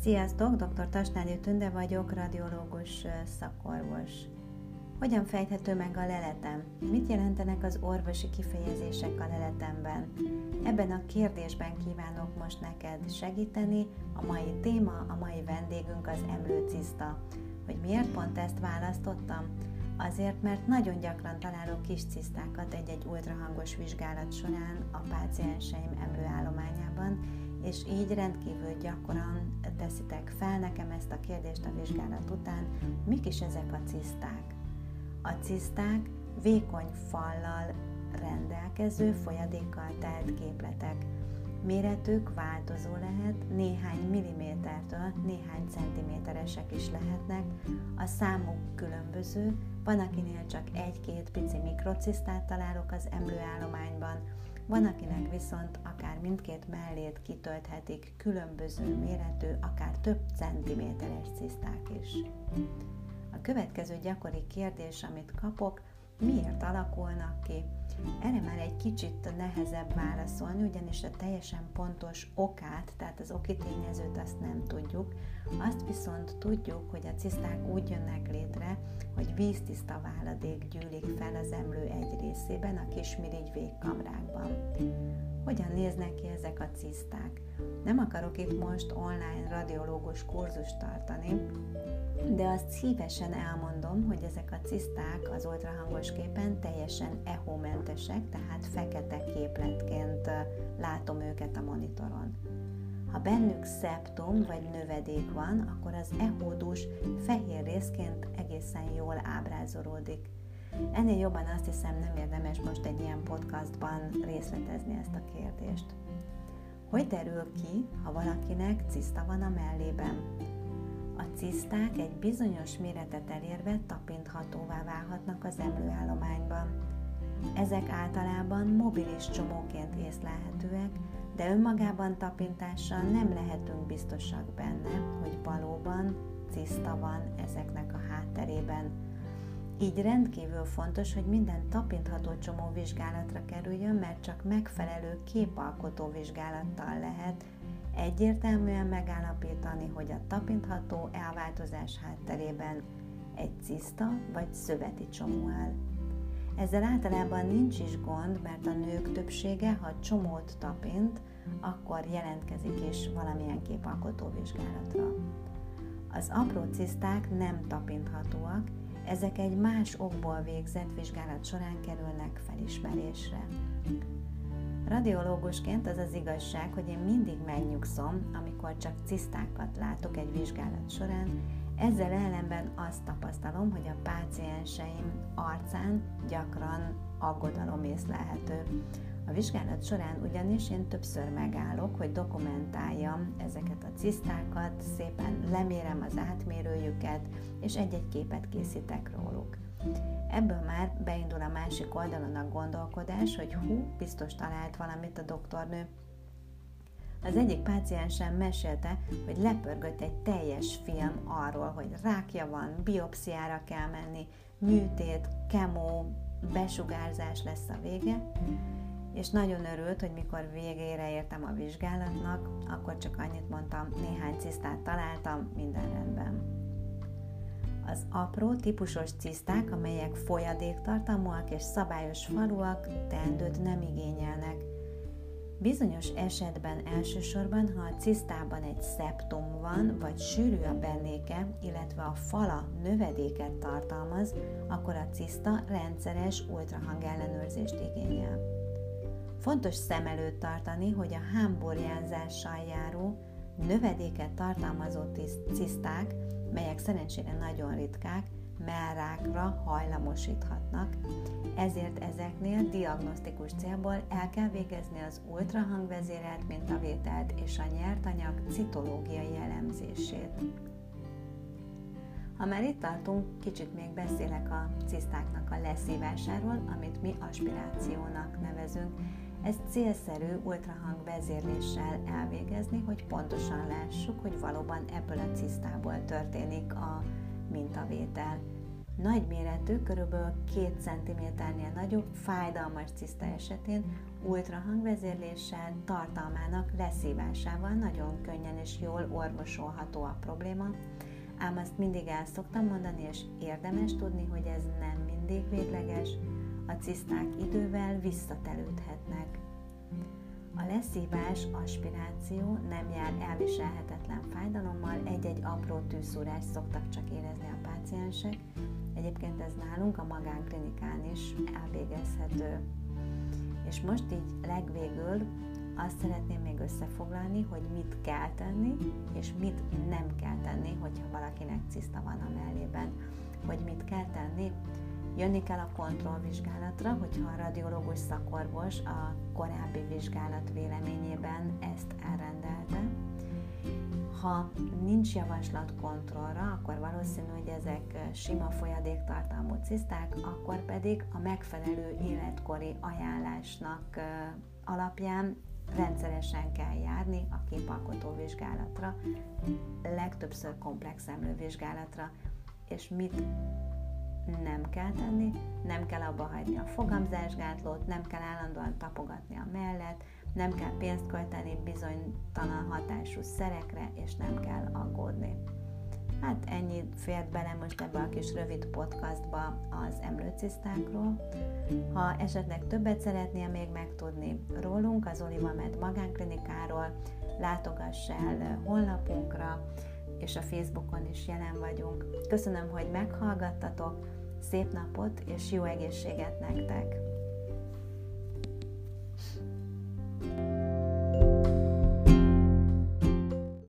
Sziasztok, dr. Tasnádi Tünde vagyok, radiológus szakorvos. Hogyan fejthető meg a leletem? Mit jelentenek az orvosi kifejezések a leletemben? Ebben a kérdésben kívánok most neked segíteni. A mai téma, a mai vendégünk az emlőciszta. Hogy miért pont ezt választottam? Azért, mert nagyon gyakran találok kis cisztákat egy-egy ultrahangos vizsgálat során a pácienseim emlőállományában, és így rendkívül gyakran teszitek fel nekem ezt a kérdést a vizsgálat után, mik is ezek a ciszták. A ciszták vékony fallal rendelkező, folyadékkal telt képletek. Méretük változó lehet, néhány millimétertől néhány centiméteresek is lehetnek, a számuk különböző, van akinél csak egy-két pici mikrocisztát találok az emlőállományban, van akinek viszont akár mindkét mellét kitölthetik különböző méretű, akár több centiméteres ciszták is. A következő gyakori kérdés, amit kapok, miért alakulnak ki? Erre már egy kicsit nehezebb válaszolni, ugyanis a teljesen pontos okát, tehát az oki tényezőt azt nem tudjuk. Azt viszont tudjuk, hogy a ciszták úgy jönnek létre, hogy víztiszta váladék gyűlik fel az emlő egy részében, a kismirigy végkamrákban. Hogyan néznek ki ezek a ciszták? Nem akarok itt most online radiológus kurzust tartani, de azt szívesen elmondom, hogy ezek a ciszták az ultrahangos képen teljesen echomentesek, tehát fekete képletként látom őket a monitoron. Ha bennük szeptum vagy növedék van, akkor az echódus fehér részként egészen jól ábrázolódik. Ennél jobban azt hiszem nem érdemes most egy ilyen podcastban részletezni ezt a kérdést. Hogy derül ki, ha valakinek ciszta van a mellében? A ciszták egy bizonyos méretet elérve tapinthatóvá válhatnak az emlőállományban. Ezek általában mobilis csomóként észlelhetőek, de önmagában tapintással nem lehetünk biztosak benne, hogy valóban ciszta van ezeknek a hátterében. Így rendkívül fontos, hogy minden tapintható csomó vizsgálatra kerüljön, mert csak megfelelő képalkotó vizsgálattal lehet egyértelműen megállapítani, hogy a tapintható elváltozás hátterében egy ciszta vagy szöveti csomó áll. Ezzel általában nincs is gond, mert a nők többsége, ha csomót tapint, akkor jelentkezik is valamilyen képalkotó vizsgálatra. Az apró ciszták nem tapinthatóak, ezek egy más okból végzett vizsgálat során kerülnek felismerésre. Radiológusként az az igazság, hogy én mindig megnyugszom, amikor csak cisztákat látok egy vizsgálat során, ezzel ellenben azt tapasztalom, hogy a pácienseim arcán gyakran aggodalom észlelhető. A vizsgálat során ugyanis én többször megállok, hogy dokumentáljam ezeket a cisztákat, szépen lemérem az átmérőjüket, és egy-egy képet készítek róluk. Ebből már beindul a másik oldalon a gondolkodás, hogy biztos talált valamit a doktornő. Az egyik páciensem mesélte, hogy lepörgött egy teljes film arról, hogy rákja van, biopsziára kell menni, műtét, kemó, besugárzás lesz a vége, és nagyon örült, hogy mikor végére értem a vizsgálatnak, akkor csak annyit mondtam, néhány cisztát találtam, minden rendben. Az apró, típusos ciszták, amelyek folyadéktartalmúak és szabályos falúak, teendőt nem igényelnek. Bizonyos esetben elsősorban, ha a cisztában egy szeptum van, vagy sűrű a bennéke, illetve a fala növedéket tartalmaz, akkor a ciszta rendszeres ultrahang ellenőrzést igényel. Fontos szem előtt tartani, hogy a hámborjánzással járó, növedéket tartalmazó ciszták, melyek szerencsére nagyon ritkák, mellrákra hajlamosíthatnak, ezért ezeknél diagnosztikus célból el kell végezni az ultrahangvezérelt mintavételt és a nyertanyag citológiai elemzését. Ha már itt tartunk, kicsit még beszélek a cisztáknak a leszívásáról, amit mi aspirációnak nevezünk. Ezt célszerű ultrahang vezérléssel elvégezni, hogy pontosan lássuk, hogy valóban ebből a cisztából történik a mintavétel. Nagyméretű, kb. 2 cm-nél nagyobb, fájdalmas ciszta esetén ultrahangvezérléssel, tartalmának leszívásával nagyon könnyen és jól orvosolható a probléma, ám azt mindig el szoktam mondani, és érdemes tudni, hogy ez nem mindig végleges, a ciszták idővel visszatelődhetnek. A leszívás, aspiráció nem jár elviselhetetlen fájdalommal, egy-egy apró tűszúrást szoktak csak érezni a páciensek. Egyébként ez nálunk a magánklinikán is elvégezhető. És most így legvégül azt szeretném még összefoglalni, hogy mit kell tenni, és mit nem kell tenni, hogyha valakinek ciszta van a mellében. Hogy mit kell tenni? Jönni kell a kontrollvizsgálatra, hogyha a radiológus szakorvos a korábbi vizsgálat véleményében ezt elrendelte. Ha nincs javaslat kontrollra, akkor valószínű, hogy ezek sima folyadéktartalmú ciszták, akkor pedig a megfelelő életkori ajánlásnak alapján rendszeresen kell járni a képalkotó vizsgálatra, legtöbbször komplex szemlővizsgálatra, és mit nem kell tenni, nem kell abba hagyni a fogamzásgátlót, nem kell állandóan tapogatni a mellet, nem kell pénzt költeni bizonytalan hatású szerekre, és nem kell aggódni. Hát ennyi fért bele most ebbe a kis rövid podcastba az emlőcisztákról. Ha esetleg többet szeretnél még megtudni rólunk, az Olivamed magánklinikáról, látogass el honlapunkra, és a Facebookon is jelen vagyunk. Köszönöm, hogy meghallgattatok, szép napot és jó egészséget nektek!